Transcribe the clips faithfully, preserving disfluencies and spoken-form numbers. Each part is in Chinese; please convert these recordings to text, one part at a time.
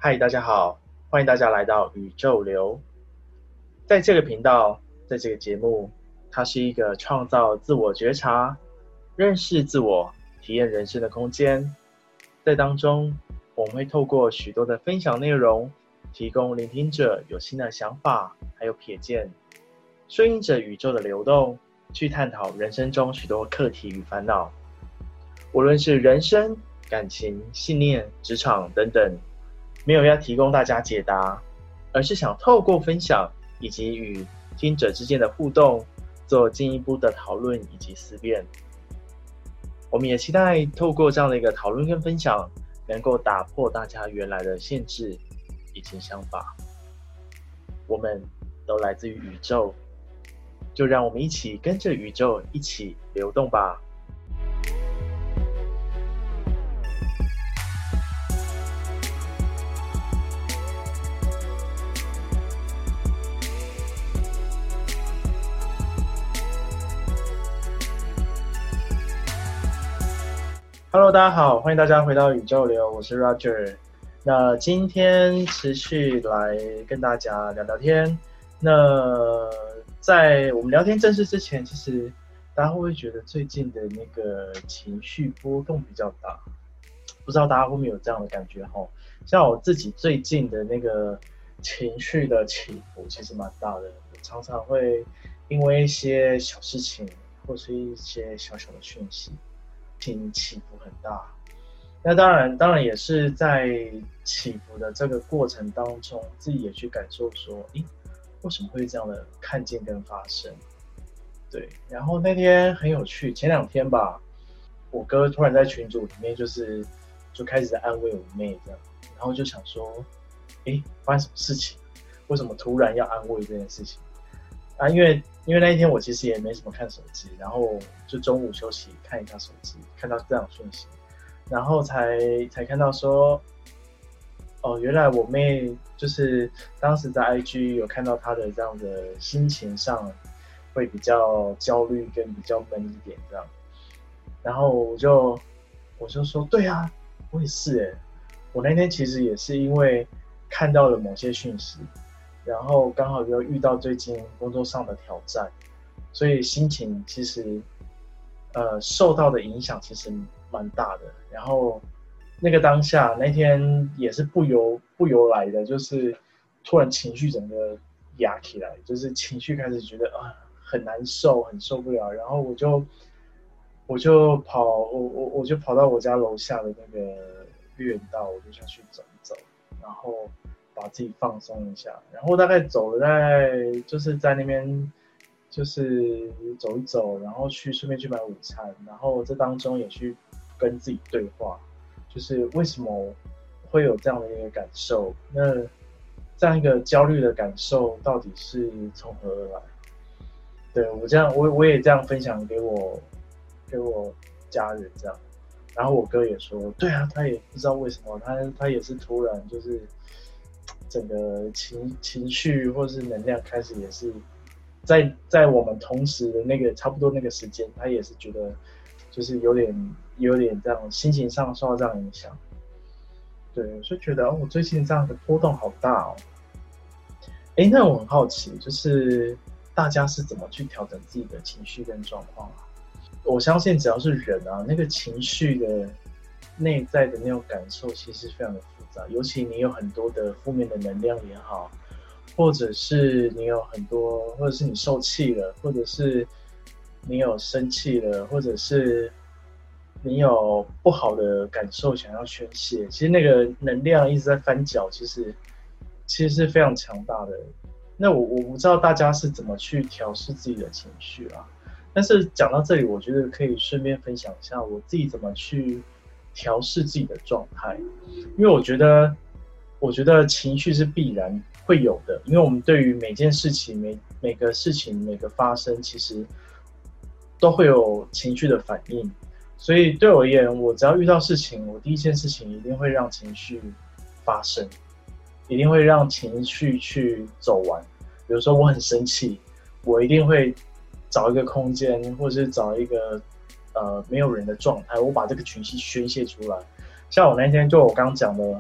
嗨，大家好，欢迎大家来到宇宙流。在这个频道，在这个节目，它是一个创造自我觉察、认识自我、体验人生的空间。在当中，我们会透过许多的分享内容，提供聆听者有新的想法，还有瞥见，顺应着宇宙的流动，去探讨人生中许多课题与烦恼。无论是人生、感情、信念、职场等等，没有要提供大家解答，而是想透过分享以及与听者之间的互动，做进一步的讨论以及思辨。我们也期待透过这样的一个讨论跟分享，能够打破大家原来的限制以及想法。我们都来自于宇宙，就让我们一起跟着宇宙一起流动吧。Hello， 大家好，欢迎大家回到宇宙流，我是 Roger。那今天持续来跟大家聊聊天。那在我们聊天正式之前，其实大家会不会觉得最近的那个情绪波动比较大？不知道大家会不会有这样的感觉齁？像我自己最近的那个情绪的起伏其实蛮大的，我常常会因为一些小事情或是一些小小的讯息，情起伏很大。那当然当然也是在起伏的这个过程当中，自己也去感受说，诶，为什么会这样的看见跟发生？对，然后那天很有趣，前两天吧，我哥突然在群组里面就是就开始在安慰我妹这样，然后就想说，诶，发生什么事情？为什么突然要安慰这件事情？啊，因为因为那一天我其实也没什么看手机，然后就中午休息看一下手机，看到这样的讯息，然后才才看到说，哦，原来我妹就是当时在 I G 有看到她的这样的心情上会比较焦虑跟比较闷一点这样，然后我就我就说，对啊，我也是耶，我那天其实也是因为看到了某些讯息。然后刚好又遇到最近工作上的挑战，所以心情其实呃受到的影响其实蛮大的。然后那个当下那天也是不由不由来的，就是突然情绪整个压起来，就是情绪开始觉得啊很难受，很受不了。然后我就我就跑我我我就跑到我家楼下的那个绿园道，我就想去走一走，然后把自己放松一下，然后大概走了大概就是在那边就是走一走，然后去顺便去买午餐，然后这当中也去跟自己对话，就是为什么会有这样的一个感受？那这样一个焦虑的感受到底是从何而来？对，我这样我我也这样分享给我给我家人这样，然后我哥也说，对啊，他也不知道为什么，他他也是突然就是整个情情绪或是能量开始也是在在我们同时的那个差不多那个时间，他也是觉得就是有点有点这样心情上受到这样影响。对，我就觉得哦，我最近这样的波动好大哦。哎，那我很好奇，就是大家是怎么去调整自己的情绪跟状况啊？我相信只要是人啊，那个情绪的内在的那种感受其实非常的复杂，尤其你有很多的负面的能量也好，或者是你有很多，或者是你受气了，或者是你有生气了，或者是你有不好的感受想要宣泄，其实那个能量一直在翻搅，其实其实是非常强大的。那我我不知道大家是怎么去调试自己的情绪啊，但是讲到这里，我觉得可以顺便分享一下我自己怎么去调试自己的状态，因为我觉得，我觉得情绪是必然会有的，因为我们对于每件事情、每每个事情、每个发生，其实都会有情绪的反应。所以对我而言，我只要遇到事情，我第一件事情一定会让情绪发生，一定会让情绪去走完。比如说我很生气，我一定会找一个空间，或是找一个呃没有人的状态，我把这个情绪宣泄出来。像我那天就我刚讲的，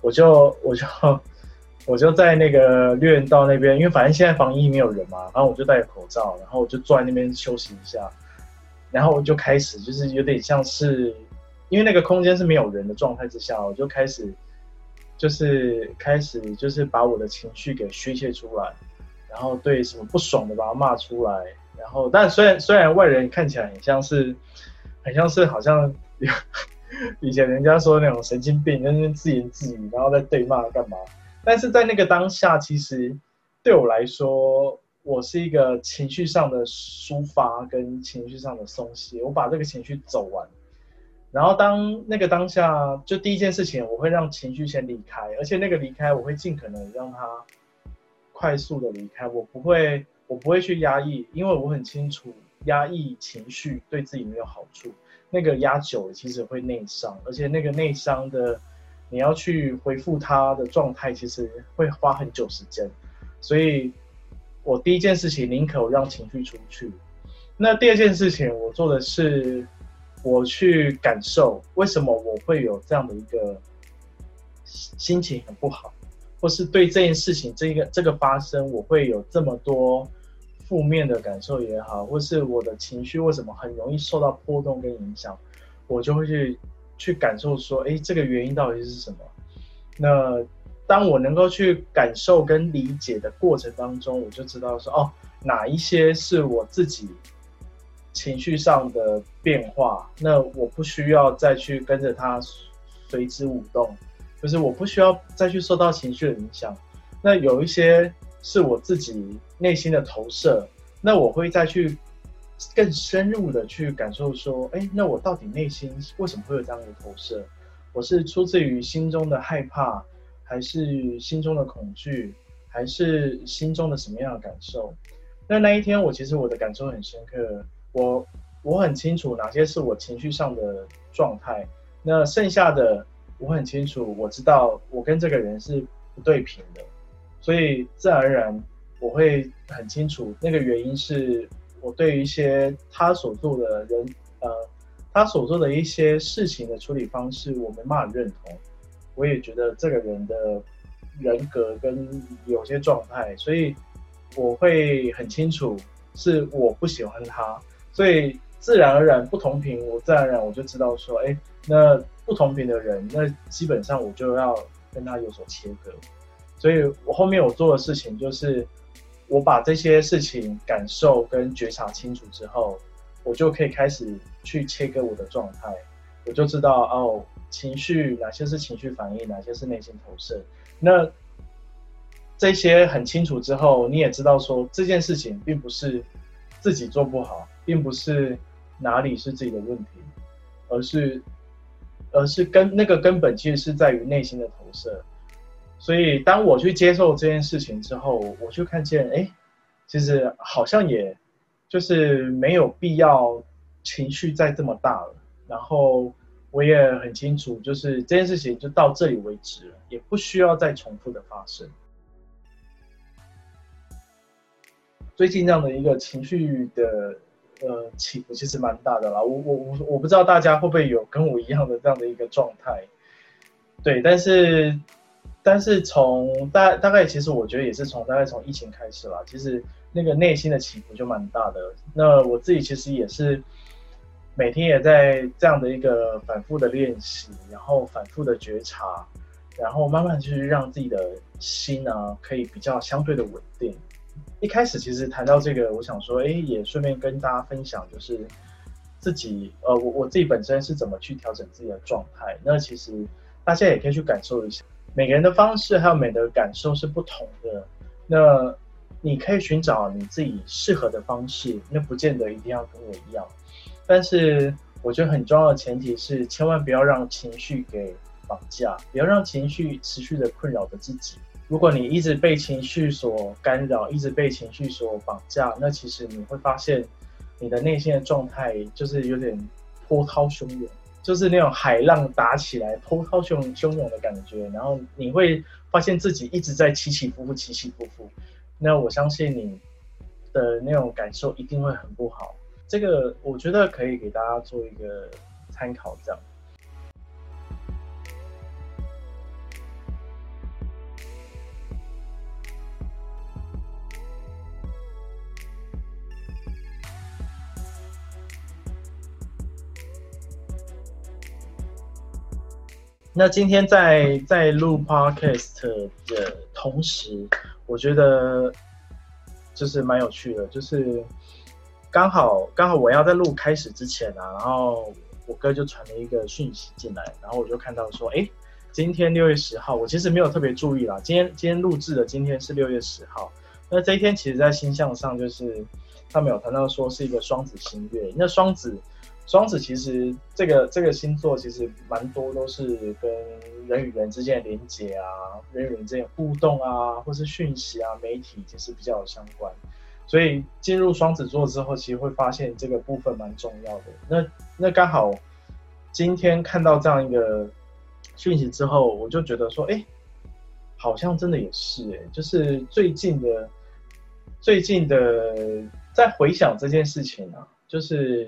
我就我就我就在那个绿园道那边，因为反正现在防疫没有人嘛，然后我就戴着口罩，然后我就坐在那边休息一下，然后我就开始就是有点像是，因为那个空间是没有人的状态之下，我就开始就是开始就是把我的情绪给宣泄出来，然后对什么不爽的把它骂出来，然后但虽然虽然外人看起来很像是很像是好像以前人家说那种神经病，在那边自言自语，然后在对骂干嘛？但是在那个当下，其实对我来说，我是一个情绪上的抒发跟情绪上的松懈，我把这个情绪走完。然后当那个当下，就第一件事情，我会让情绪先离开，而且那个离开，我会尽可能让它快速的离开，我不会，我不会去压抑，因为我很清楚，压抑情绪对自己没有好处。那个压久了，其实会内伤，而且那个内伤的，你要去恢复它的状态，其实会花很久时间。所以，我第一件事情，宁可我让情绪出去。那第二件事情，我做的是，我去感受为什么我会有这样的一个心情很不好，或是对这件事情这个这个发生，我会有这么多负面的感受也好，或是我的情绪为什么很容易受到波动跟影响，我就会去去感受说，哎，这个原因到底是什么？那当我能够去感受跟理解的过程当中，我就知道说，哦，哪一些是我自己情绪上的变化，那我不需要再去跟着它随之舞动，就是我不需要再去受到情绪的影响。那有一些是我自己内心的投射，那我会再去更深入的去感受说，哎，那我到底内心为什么会有这样的投射？我是出自于心中的害怕，还是心中的恐惧，还是心中的什么样的感受？那那一天我其实我的感受很深刻，我我很清楚哪些是我情绪上的状态，那剩下的我很清楚，我知道我跟这个人是不对频的，所以自然而然我会很清楚那个原因是我对于一些他所做的人呃他所做的一些事情的处理方式我没办法认同，我也觉得这个人的人格跟有些状态，所以我会很清楚是我不喜欢他，所以自然而然不同频，我自然而然我就知道说，哎，那不同频的人，那基本上我就要跟他有所切割。所以我后面我做的事情就是，我把这些事情感受跟觉察清楚之后，我就可以开始去切割我的状态，我就知道哦，情绪哪些是情绪反应，哪些是内心投射。那这些很清楚之后，你也知道说这件事情并不是自己做不好，并不是哪里是自己的问题，而是而是根那个根本其实是在于内心的投射。所以当我去接受这件事情之后，我就看见，哎，其实好像也就是没有必要情绪再这么大了。然后我也很清楚，就是这件事情就到这里为止了，也不需要再重复的发生。最近这样的一个情绪的呃起伏其实蛮大的啦，我我我我不知道大家会不会有跟我一样的这样的一个状态，对，但是但是从大大概其实我觉得也是从大概从疫情开始啦，其实那个内心的起伏就蛮大的。那我自己其实也是每天也在这样的一个反复的练习，然后反复的觉察，然后慢慢去让自己的心啊可以比较相对的稳定。一开始其实谈到这个，我想说，哎，也顺便跟大家分享，就是自己呃我我自己本身是怎么去调整自己的状态。那其实大家也可以去感受一下。每个人的方式还有每个人的感受是不同的，那你可以寻找你自己适合的方式，那不见得一定要跟我一样。但是我觉得很重要的前提是，千万不要让情绪给绑架，不要让情绪持续的困扰着自己。如果你一直被情绪所干扰，一直被情绪所绑架，那其实你会发现你的内心的状态就是有点波涛汹涌，就是那种海浪打起来波涛汹汹涌的感觉，然后你会发现自己一直在起起伏伏起起伏伏，那我相信你的那种感受一定会很不好。这个我觉得可以给大家做一个参考这样。 那今天在在录 podcast 的同时，我觉得就是蛮有趣的，就是刚好刚好我要在录开始之前啊，然后我哥就传了一个讯息进来，然后我就看到说，哎，今天六月十号，我其实没有特别注意啦，今天今天录制的今天是六月十号，那这一天其实在星象上就是他们有谈到说是一个双子星月，那双子。双子其实这个这个星座其实蛮多都是跟人与人之间的连结啊，人与人之间的互动啊，或是讯息啊、媒体其实比较有相关。所以进入双子座之后，其实会发现这个部分蛮重要的。那那刚好今天看到这样一个讯息之后，我就觉得说，哎，好像真的也是哎，就是最近的最近的在回想这件事情啊，就是。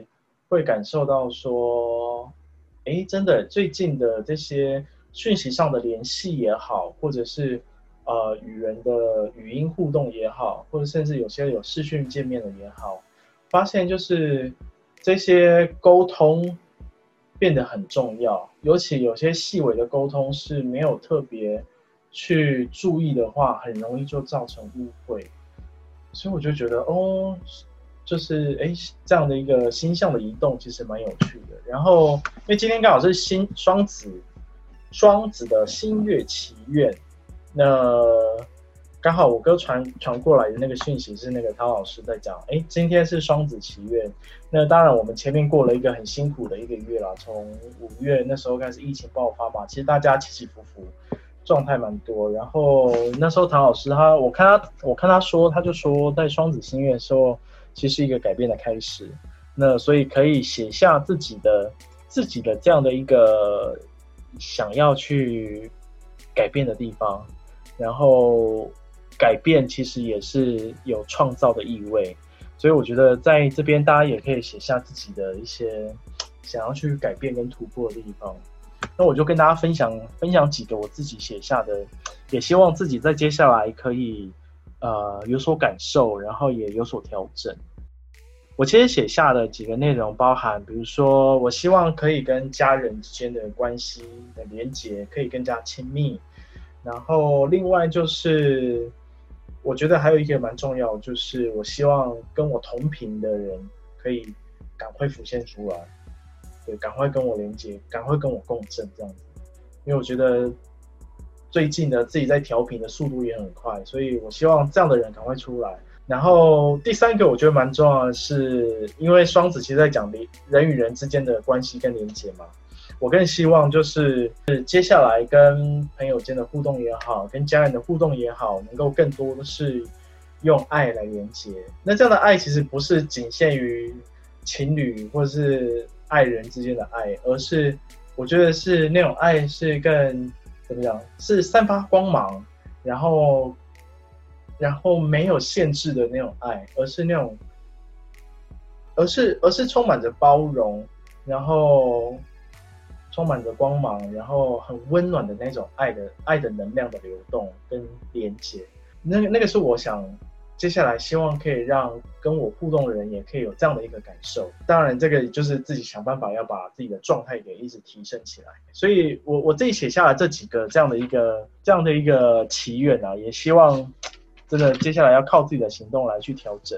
会感受到说，哎，真的最近的这些讯息上的联系也好，或者是呃与人的语音互动也好，或者甚至有些有视讯见面的也好，发现就是这些沟通变得很重要，尤其有些细微的沟通是没有特别去注意的话，很容易就造成误会，所以我就觉得哦。就是哎，这样的一个星象的移动其实蛮有趣的。然后，因为今天刚好是新双子，双子的新月祈愿，那刚好我哥传传过来的那个讯息是那个陶老师在讲，哎，今天是双子祈愿。那当然，我们前面过了一个很辛苦的一个月啦，从五月那时候开始疫情爆发嘛，其实大家起起伏伏，状态蛮多。然后那时候唐老师他，我看他，我看他说，他就说在双子新月的时候。其实是一个改变的开始，那所以可以写下自己的自己的这样的一个想要去改变的地方，然后改变其实也是有创造的意味，所以我觉得在这边大家也可以写下自己的一些想要去改变跟突破的地方。那我就跟大家分享分享几个我自己写下的，也希望自己在接下来可以。呃，有所感受，然后也有所调整。我其实写下的几个内容包含，比如说，我希望可以跟家人之间的关系的连结可以更加亲密。然后，另外就是，我觉得还有一个蛮重要，就是我希望跟我同频的人可以赶快浮现出来，对，赶快跟我连结，赶快跟我共振这样子，因为我觉得。最近的自己在调频的速度也很快，所以我希望这样的人赶快出来。然后第三个我觉得蛮重要的是，因为双子其实在讲人与人之间的关系跟连结嘛，我更希望就是接下来跟朋友间的互动也好，跟家人的互动也好，能够更多的是用爱来连结。那这样的爱其实不是仅限于情侣或是爱人之间的爱，而是我觉得是那种爱是更。怎么讲？是散发光芒，然后，然后没有限制的那种爱，而是那种，而是而是充满着包容，然后充满着光芒，然后很温暖的那种爱的爱的能量的流动跟连接。那个那个是我想。接下来希望可以让跟我互动的人也可以有这样的一个感受，当然这个就是自己想办法要把自己的状态给一直提升起来，所以我我自己写下了这几个这样的一个这样的一个祈愿啊，也希望真的接下来要靠自己的行动来去调整。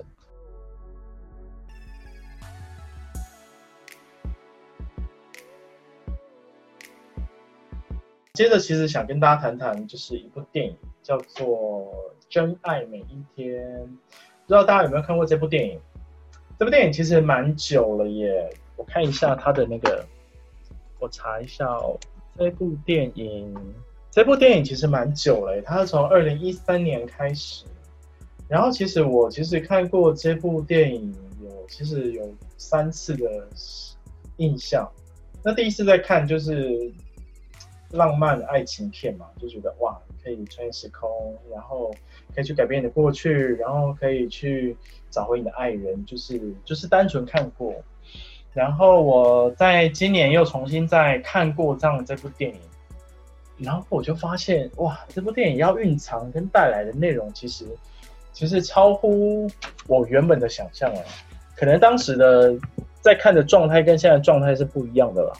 接着其实想跟大家谈谈就是一部电影叫做真爱每一天，不知道大家有没有看过这部电影？这部电影其实蛮久了耶，我看一下它的那个，我查一下哦。这部电影，这部电影其实蛮久了耶，它是从二零一三年开始。然后其实我其实看过这部电影有其实有三次的印象。那第一次在看就是浪漫爱情片嘛，就觉得哇。可以穿越时空，然后可以去改变你的过去，然后可以去找回你的爱人，就是就是单纯看过。然后我在今年又重新再看过这样的这部电影，然后我就发现哇，这部电影要蕴藏跟带来的内容，其实其实超乎我原本的想象了。可能当时的在看的状态跟现在的状态是不一样的啦。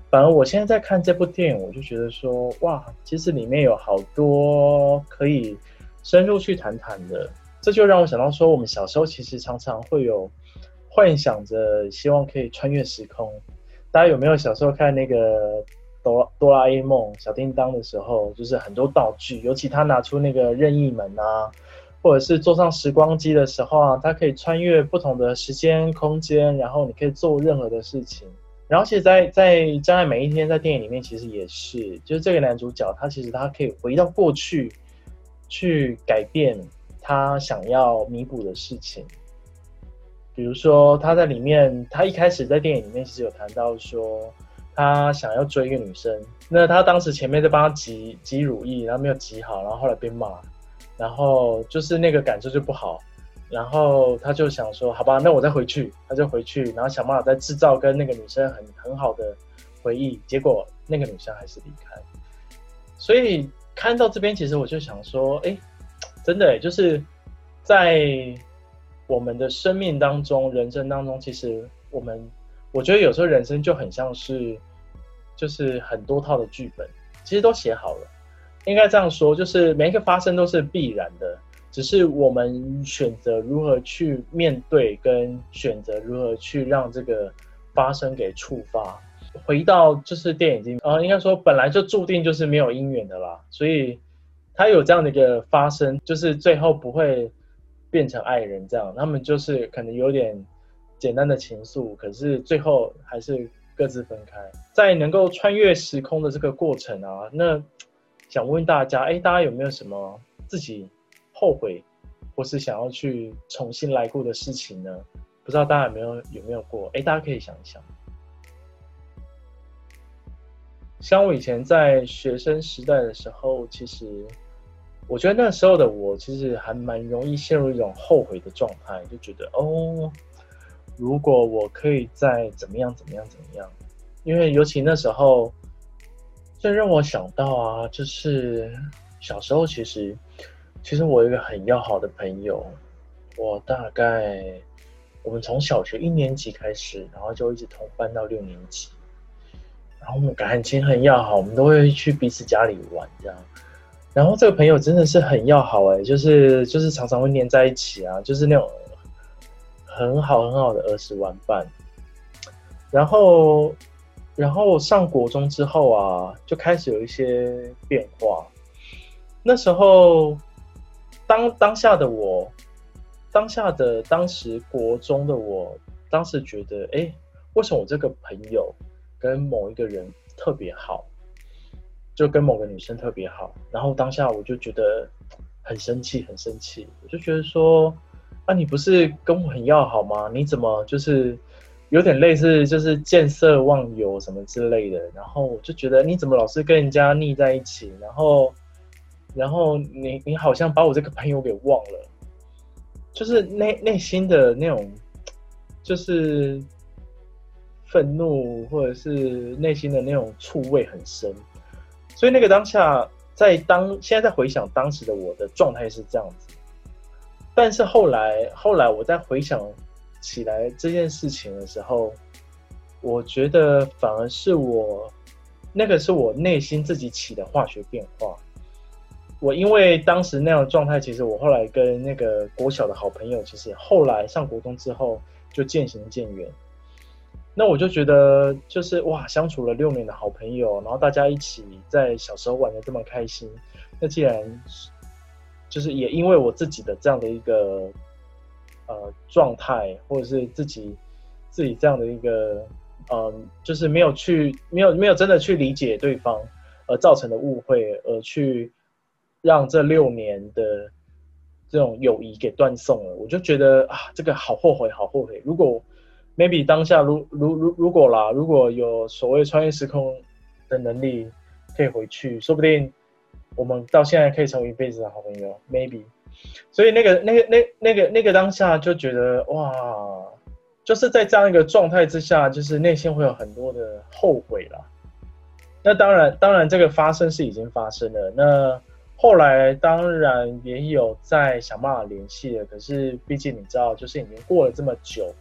反而我现在在看这部电影，我就觉得说，哇，其实里面有好多可以深入去谈谈的。这就让我想到说，我们小时候其实常常会有幻想着，希望可以穿越时空。大家有没有小时候看那个哆哆啦 A 梦小叮当的时候，就是很多道具，尤其他拿出那个任意门啊，或者是坐上时光机的时候啊，它可以穿越不同的时间空间，然后你可以做任何的事情。然后其实在在《将来每一天》在电影里面其实也是，就是这个男主角他其实他可以回到过去，去改变他想要弥补的事情。比如说他在里面，他一开始在电影里面其实有谈到说，他想要追一个女生，那他当时前面在帮他挤挤乳液，然后没有挤好，然后后来被骂，然后就是那个感受就不好。然后他就想说，好吧，那我再回去，他就回去，然后想办法再制造跟那个女生很很好的回忆，结果那个女生还是离开。所以看到这边，其实我就想说，哎，真的耶，就是在我们的生命当中、人生当中，其实我们，我觉得有时候人生就很像是，就是很多套的剧本，其实都写好了。应该这样说，就是每一个发生都是必然的。只是我们选择如何去面对，跟选择如何去让这个发生给触发。回到就是电影经，呃，应该说本来就注定就是没有姻缘的啦，所以他有这样的一个发生，就是最后不会变成爱人这样，他们就是可能有点简单的情愫，可是最后还是各自分开。在能够穿越时空的这个过程啊，那想问大家，哎，大家有没有什么自己后悔或是想要去重新来过的事情呢？不知道大家有没有有没有过？哎，大家可以想一想。像我以前在学生时代的时候，其实我觉得那时候的我其实还蛮容易陷入一种后悔的状态，就觉得哦，如果我可以再怎么样怎么样怎么样。因为尤其那时候这让我想到啊，就是小时候其实其实我有一个很要好的朋友，我大概我们从小学一年级开始，然后就一直同班到六年级，然后我们感情很要好，我们都会去彼此家里玩这样。然后这个朋友真的是很要好哎、欸，就是就是常常会黏在一起啊，就是那种很好很好的儿时玩伴。然后然后上国中之后啊，就开始有一些变化。那时候当当下的我，当下的当时国中的我，当时觉得，哎，为什么我这个朋友跟某一个人特别好，就跟某个女生特别好？然后当下我就觉得很生气，很生气，我就觉得说，啊，你不是跟我很要好吗？你怎么就是有点类似就是见色忘友什么之类的？然后我就觉得你怎么老是跟人家腻在一起？然后。然后你你好像把我这个朋友给忘了，就是内内心的那种，就是愤怒或者是内心的那种触味很深，所以那个当下在当现在在回想当时的我的状态是这样子，但是后来后来我在回想起来这件事情的时候，我觉得反而是我那个是我内心自己起的化学变化。我因为当时那样的状态，其实我后来跟那个国小的好朋友，其实后来上国中之后就渐行渐远。那我就觉得，就是哇，相处了六年的好朋友，然后大家一起在小时候玩的这么开心，那既然就是也因为我自己的这样的一个呃状态，或者是自己自己这样的一个嗯，就是没有去没有没有真的去理解对方而造成的误会，而去。让这六年的这种友谊给断送了，我就觉得啊，这个好后悔，好后悔。如果 maybe 当下如如如如果啦，如果有所谓穿越时空的能力，可以回去，说不定我们到现在可以成为一辈子的好朋友 ，maybe。所以那个那个那那个那个当下就觉得哇，就是在这样一个状态之下，就是内心会有很多的后悔啦。那当然，当然这个发生是已经发生了，那。后来当然也有在想办法联系了，可是毕竟你知道，就是已经过了这么久，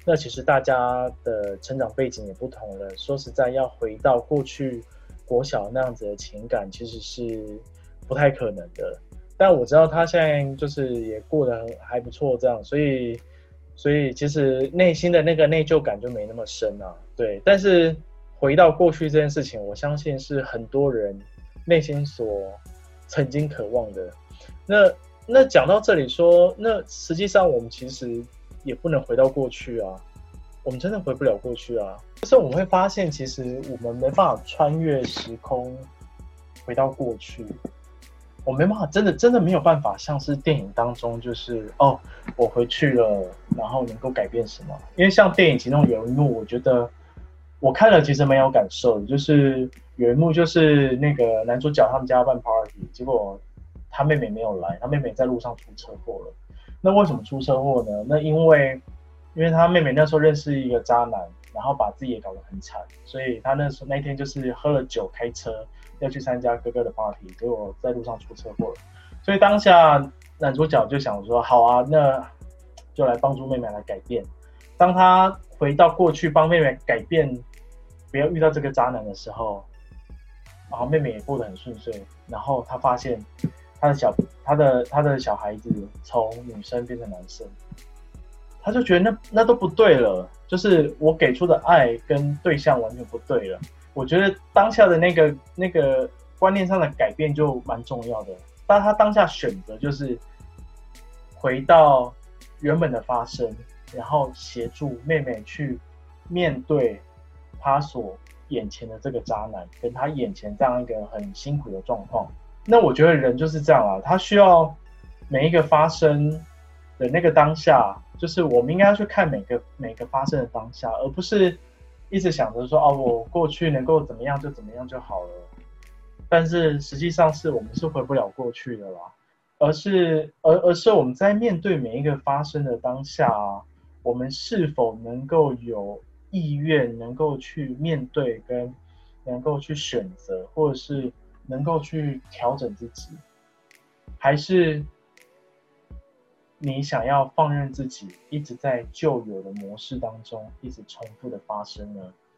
那其实大家的成长背景也不同了，说实在，要回到过去国小那样子的情感，其实是不太可能的。但我知道他现在就是也过得还不错，这样，所以所以其实内心的那个内疚感就没那么深啊。对，但是回到过去这件事情，我相信是很多人内心所曾经渴望的。那那讲到这里说，那实际上我们其实也不能回到过去啊，我们真的回不了过去啊。就是我们会发现，其实我们没办法穿越时空回到过去，我没办法，真的真的没有办法，像是电影当中，就是哦，我回去了，然后能够改变什么？因为像电影其中有一幕，我觉得我看了其实蛮有感受的，就是有一幕就是那个男主角他们家办 party， 结果他妹妹没有来，他妹妹在路上出车祸了。那为什么出车祸呢？那因为因为他妹妹那时候认识一个渣男，然后把自己也搞得很惨，所以他那时候那天就是喝了酒开车要去参加哥哥的 party， 结果在路上出车祸了。所以当下男主角就想说，好啊，那就来帮助妹妹来改变。当他回到过去帮妹妹改变，不要遇到这个渣男的时候，然后妹妹也过得很顺遂，然后他发现他的小他的他的小孩子从女生变成男生，他就觉得那那都不对了，就是我给出的爱跟对象完全不对了。我觉得当下的那个那个观念上的改变就蛮重要的，但他当下选择就是回到原本的发生，然后协助妹妹去面对他所眼前的这个渣男，跟他眼前这样一个很辛苦的状况。那我觉得人就是这样啊，他需要每一个发生的那个当下，就是我们应该要去看每个每个发生的当下，而不是一直想着说哦，我过去能够怎么样就怎么样就好了。但是实际上是我们是回不了过去的啦，而是而而是我们在面对每一个发生的当下啊，我们是否能够有意愿，能够去面对，跟能够去选择，或者是能够去调整自己，还是你想要放任自己一直在旧有的模式当中一直重复的发生呢？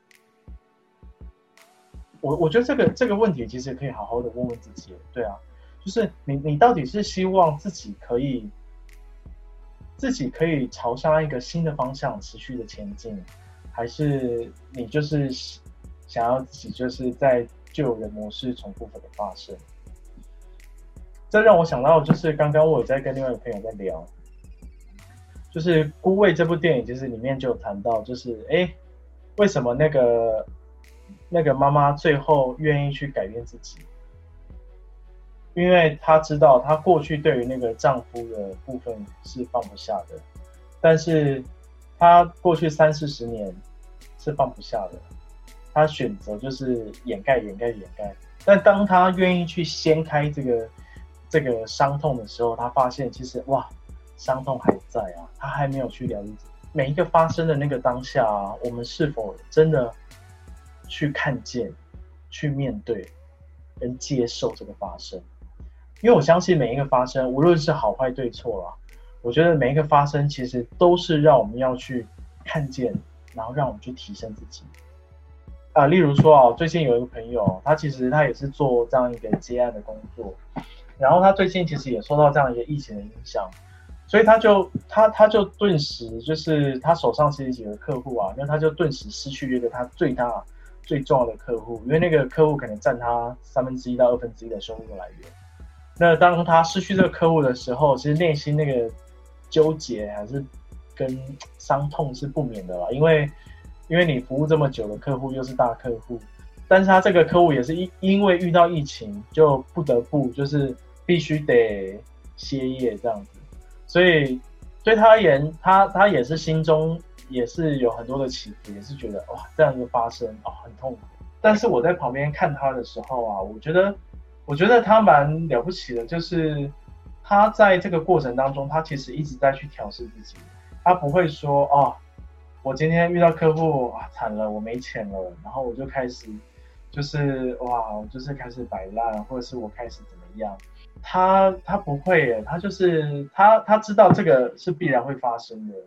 我我觉得这个这个问题其实可以好好的问问自己，对啊，就是你你到底是希望自己可以自己可以朝向一个新的方向持续的前进，还是你就是想要自己就是在旧有的模式重复的发生？这让我想到，就是刚刚我有在跟另外一个朋友在聊，就是《孤味》这部电影，就是里面就有谈到，就是哎，为什么那个那个妈妈最后愿意去改变自己？因为她知道，她过去对于那个丈夫的部分是放不下的，但是她过去三四十年是放不下的，她选择就是掩盖、掩盖、掩盖。但当她愿意去掀开这个这个伤痛的时候，她发现其实哇，伤痛还在啊，她还没有去疗愈。每一个发生的那个当下啊，我们是否真的去看见、去面对跟接受这个发生？因为我相信每一个发生，无论是好坏对错啦，我觉得每一个发生其实都是让我们要去看见，然后让我们去提升自己。啊，例如说啊，最近有一个朋友，他其实他也是做这样一个接案的工作，然后他最近其实也受到这样一个疫情的影响，所以他就他他就顿时就是他手上其实几个客户啊，那他就顿时失去一个他最大最重要的客户，因为那个客户可能占他三分之一到二分之一的收入的来源。那当他失去这个客户的时候，其实内心那个纠结还是跟伤痛是不免的啦，因为因为你服务这么久的客户又是大客户，但是他这个客户也是因因为遇到疫情，就不得不就是必须得歇业这样子，所以对他而言，他他也是心中也是有很多的起伏，也是觉得哇这样一个发生啊、哦、很痛苦。但是我在旁边看他的时候啊，我觉得。我觉得他蛮了不起的，就是他在这个过程当中，他其实一直在去调试自己。他不会说哦，我今天遇到客户啊，惨了，我没钱了，然后我就开始就是哇，我就是开始摆烂，或者是我开始怎么样。他他不会耶，他就是他他知道这个是必然会发生的，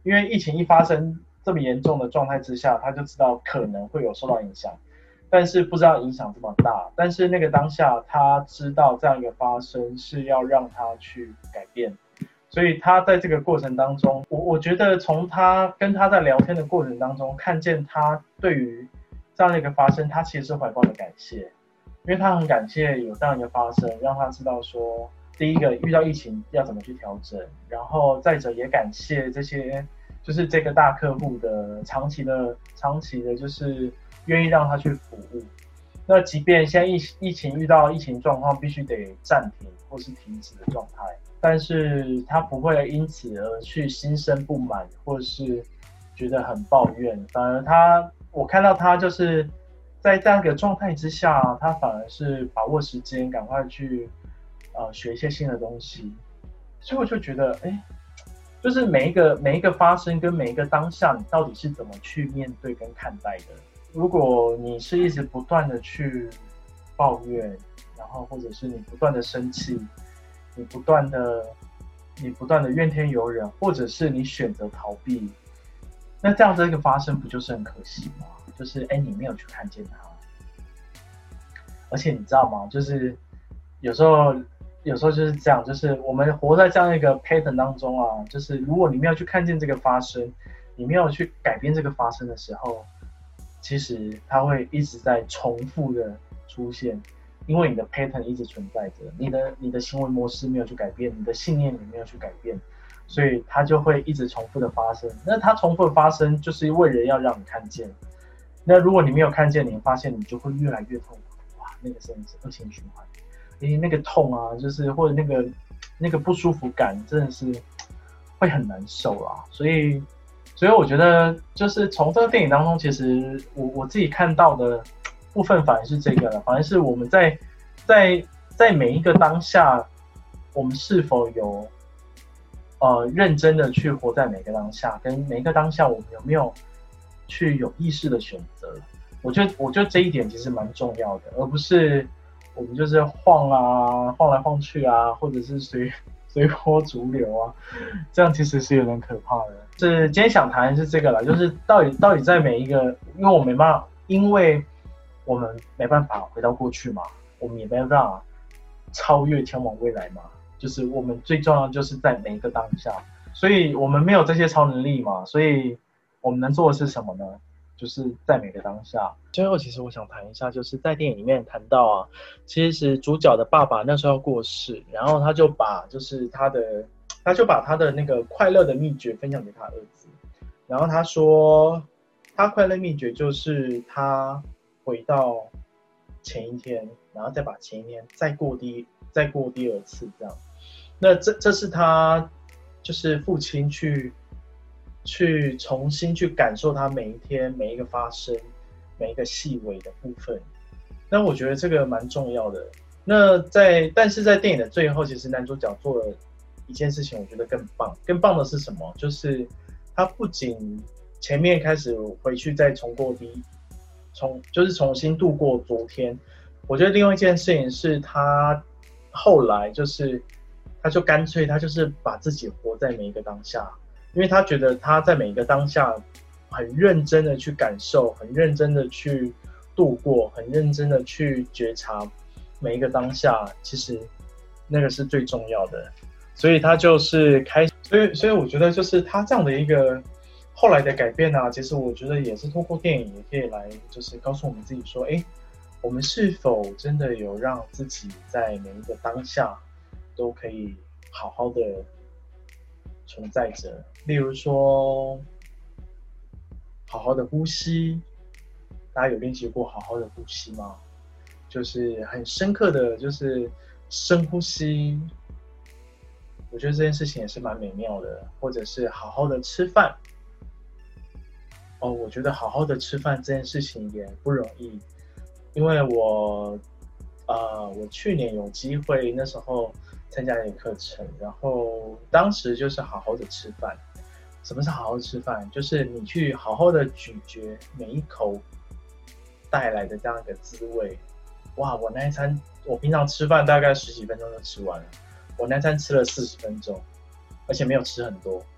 因为疫情一发生这么严重的状态之下，他就知道可能会有受到影响，但是不知道影响这么大。但是那个当下，他知道这样一个发生是要让他去改变，所以他在这个过程当中，我我觉得从他跟他在聊天的过程当中，看见他对于这样的一个发生，他其实是怀抱的感谢，因为他很感谢有这样一个发生，让他知道说，第一个遇到疫情要怎么去调整，然后再者也感谢这些就是这个大客户的长期的长期的，就是愿意让他去服务。那即便现在疫疫情遇到疫情状况，必须得暂停或是停止的状态，但是他不会因此而去心生不满，或是觉得很抱怨，反而他我看到他就是在这样一个状态之下，他反而是把握时间，赶快去呃学一些新的东西。所以我就觉得，哎，就是每一个每一个发生跟每一个当下，你到底是怎么去面对跟看待的？如果你是一直不断的去抱怨，然后或者是你不断的生气，你不断的你不断的怨天尤人，或者是你选择逃避，那这样的一个发生不就是很可惜吗？就是哎，你没有去看见它。而且你知道吗？就是有时候有时候就是这样，就是我们活在这样一个 pattern 当中啊，就是如果你没有去看见这个发生，你没有去改变这个发生的时候，其实它会一直在重复的出现，因为你的 pattern 一直存在着，你的你的行为模式没有去改变，你的信念也没有去改变，所以它就会一直重复的发生。那它重复的发生，就是为了要让你看见。那如果你没有看见，你发现你就会越来越痛苦，哇，那个真的是恶性循环。诶，那个痛啊，就是或者那个那个不舒服感，真的是会很难受啦。所以。所以我觉得，就是从这个电影当中，其实我我自己看到的部分，反而是这个了，反而是我们在在在每一个当下，我们是否有呃认真的去活在每个当下，跟每一个当下，我们有没有去有意识的选择？我觉得，我觉得这一点其实蛮重要的，而不是我们就是晃啊，晃来晃去啊，或者是随随波逐流啊，这样其实是有点可怕的。是今天想谈的是这个啦，就是到底到底在每一个，因为我没办法，因为我们没办法回到过去嘛，我们也没办法超越前往未来嘛，就是我们最重要的就是在每一个当下，所以我们没有这些超能力嘛，所以我们能做的是什么呢？就是在每个当下。最后，其实我想谈一下，就是在电影里面谈到啊，其实主角的爸爸那时候过世，然后他就把就是他的。他就把他的那个快乐的秘诀分享给他儿子，然后他说，他快乐秘诀就是他回到前一天，然后再把前一天再过第再过第二次这样。那这这是他就是父亲去去重新去感受他每一天每一个发生每一个细微的部分。那我觉得这个蛮重要的。那在但是在电影的最后，其实男主角做了一件事情我觉得更棒，更棒的是什么？就是他不仅前面开始回去再重过第一，重就是重新度过昨天。我觉得另外一件事情是他后来就是他就干脆他就是把自己活在每一个当下，因为他觉得他在每一个当下很认真的去感受，很认真的去度过，很认真的去觉察每一个当下，其实那个是最重要的。所以他就是开，所以所以我觉得就是他这样的一个后来的改变啊，其实我觉得也是透过电影也可以来，就是告诉我们自己说，哎，我们是否真的有让自己在每一个当下都可以好好的存在着？例如说，好好的呼吸，大家有练习过好好的呼吸吗？就是很深刻的就是深呼吸。我觉得这件事情也是蛮美妙的，或者是好好的吃饭。哦，我觉得好好的吃饭这件事情也不容易，因为我，呃，我去年有机会那时候参加一个课程，然后当时就是好好的吃饭。什么是好好吃饭？就是你去好好的咀嚼每一口带来的这样一个滋味。哇，我那一餐，我平常吃饭大概十几分钟就吃完了。我那餐吃了四十分钟，而且没有吃很多。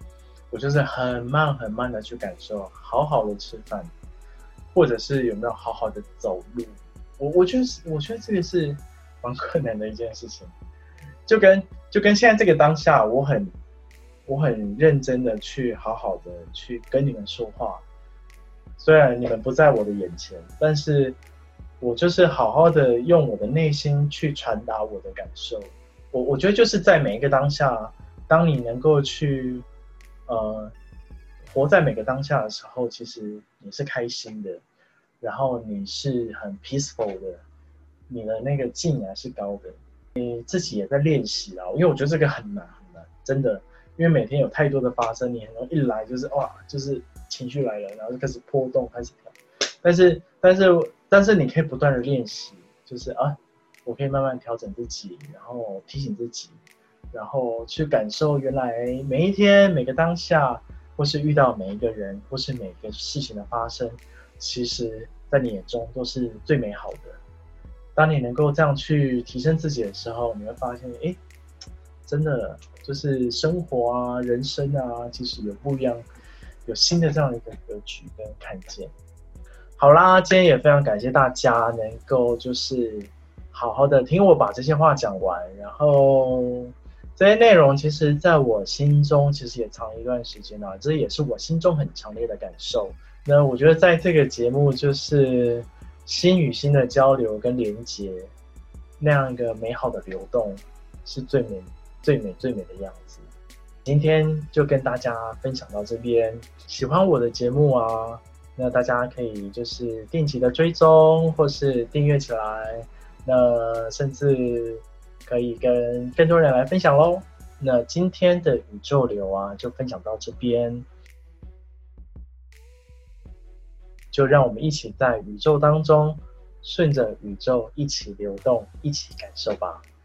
我就是很慢很慢的去感受，好好的吃饭，或者是有没有好好的走路。我我觉得我觉得这个是蛮困难的一件事情，就跟就跟现在这个当下，我很我很认真的去好好的去跟你们说话，虽然你们不在我的眼前，但是我就是好好的用我的内心去传达我的感受。我我觉得就是在每一个当下，当你能够去呃活在每个当下的时候，其实你是开心的，然后你是很 peaceful 的，你的那个劲还是高的。你自己也在练习啊，因为我觉得这个很难很难，真的，因为每天有太多的发生，你很容易一来就是哇，就是情绪来了，然后就开始波动，开始跳。但是但是但是你可以不断的练习，就是啊，我可以慢慢调整自己，然后提醒自己，然后去感受原来每一天每个当下，或是遇到每一个人，或是每个事情的发生，其实在你眼中都是最美好的。当你能够这样去提升自己的时候，你会发现，哎，真的就是生活啊、人生啊，其实有不一样，有新的这样的一个格局跟看见。好啦，今天也非常感谢大家能够就是好好的听我把这些话讲完，然后这些内容其实在我心中其实也藏一段时间了，这也是我心中很强烈的感受。那我觉得在这个节目就是心与心的交流跟连结，那样一个美好的流动是最美、最美、最美的样子。今天就跟大家分享到这边，喜欢我的节目啊，那大家可以就是定期的追踪或是订阅起来，那甚至可以跟更多人来分享咯。那今天的宇宙流啊，就分享到这边。就让我们一起在宇宙当中，顺着宇宙一起流动，一起感受吧。